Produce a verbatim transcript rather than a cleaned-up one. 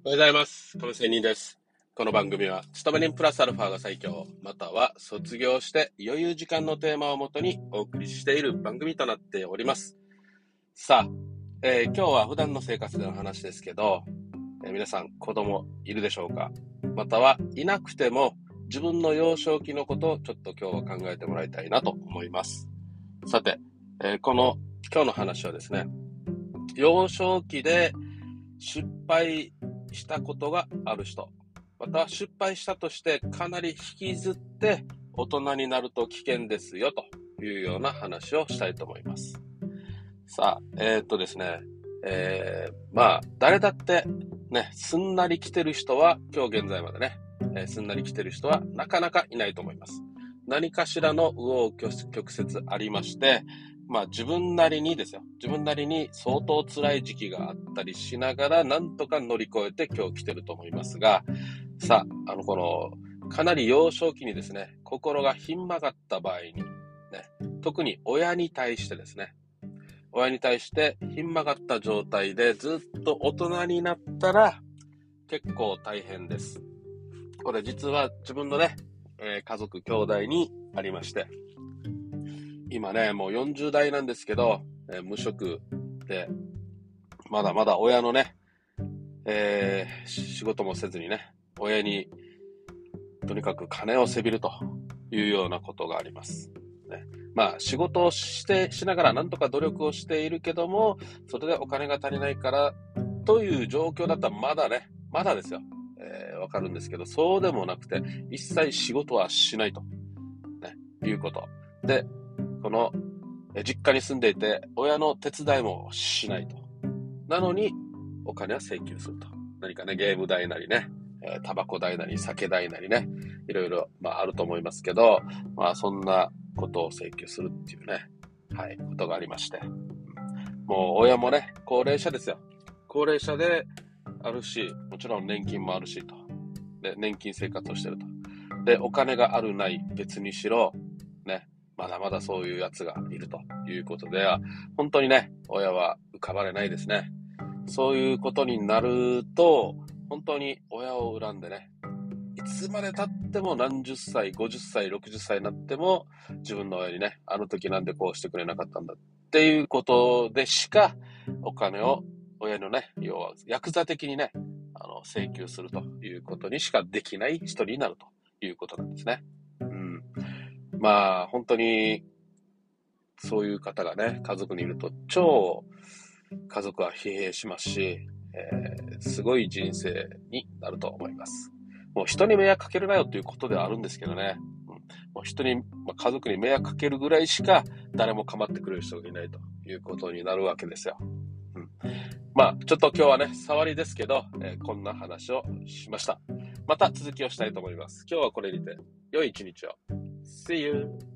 おはようございます。亀仙人です。この番組は、勤め人プラスアルファが最強、または卒業して余裕時間のテーマをもとにお送りしている番組となっております。さあ、えー今日は普段の生活での話ですけど、えー皆さん子供いるでしょうか？またはいなくても自分の幼少期のことをちょっと今日は考えてもらいたいなと思います。さて、えーこの今日の話はですね、幼少期で失敗したことがある人、また失敗したとしてかなり引きずって大人になると危険ですよというような話をしたいと思います。さあ、えー、っとですね、えー、まあ誰だってね、すんなり来てる人は今日現在までね、えーすんなり来てる人はなかなかいないと思います。何かしらの紆余曲折ありまして、まあ自分なりにですよ。自分なりに相当辛い時期があったりしながら、なんとか乗り越えて今日来てると思いますが、さあ、あの、この、かなり幼少期にですね、心がひん曲がった場合に、ね、特に親に対してですね、親に対してひん曲がった状態でずっと大人になったら結構大変です。これ実は自分のね、えー家族、兄弟にありまして、今ね、もうよんじゅう代なんですけど、えー無職で、まだまだ親のね、えー仕事もせずにね、親にとにかく金をせびるというようなことがあります。ね、まあ仕事をしてしながらなんとか努力をしているけども、それでお金が足りないからという状況だったらまだね、まだですよ。えーわかるんですけど、そうでもなくて、一切仕事はしないと、ね、いうこと。で、このえ実家に住んでいて、親の手伝いもしないと。なのに、お金は請求すると。何かね、ゲーム代なりね、えータバコ代なり、酒代なりね、いろいろ、まあ、あると思いますけど、まあ、そんなことを請求するっていうね、はい、ことがありまして。もう、親もね、高齢者ですよ。高齢者であるし、もちろん年金もあるしと。で、年金生活をしてると。で、お金があるない別にしろ、ね、まだまだそういうやつがいるということでは、本当にね、親は浮かばれないですね。そういうことになると、本当に親を恨んでね、いつまで経っても何十歳、ごじゅっさい、ろくじゅっさいになっても、自分の親にね、あの時なんでこうしてくれなかったんだっていうことでしか、お金を親のね、要は、ヤクザ的にね、あの、請求するということにしかできない人になるということなんですね。うん。まあ、本当に、そういう方がね、家族にいると、超家族は疲弊しますし、えーすごい人生になると思います。もう人に迷惑かけるなよということではあるんですけどね、うん、もう人に、まあ、家族に迷惑かけるぐらいしか誰も構ってくれる人がいないということになるわけですよ。うん、まあ、ちょっと今日はね、触りですけど、えーこんな話をしました。また続きをしたいと思います。今日はこれにて、良い一日を。See you!